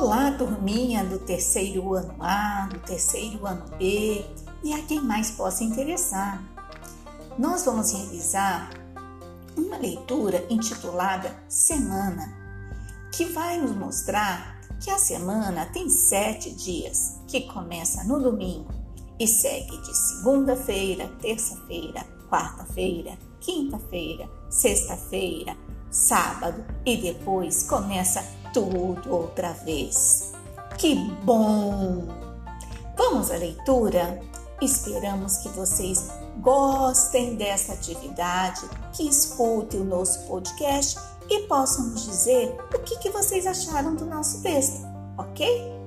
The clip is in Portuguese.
Olá, turminha do terceiro ano A, do terceiro ano B e a quem mais possa interessar. Nós vamos realizar uma leitura intitulada Semana, que vai nos mostrar que a semana tem 7 dias, que começa no domingo e segue de segunda-feira, terça-feira, quarta-feira, quinta-feira, sexta-feira, sábado e depois começa tudo outra vez. Que bom! Vamos à leitura? Esperamos que vocês gostem dessa atividade, que escutem o nosso podcast e possam nos dizer o que vocês acharam do nosso texto, ok?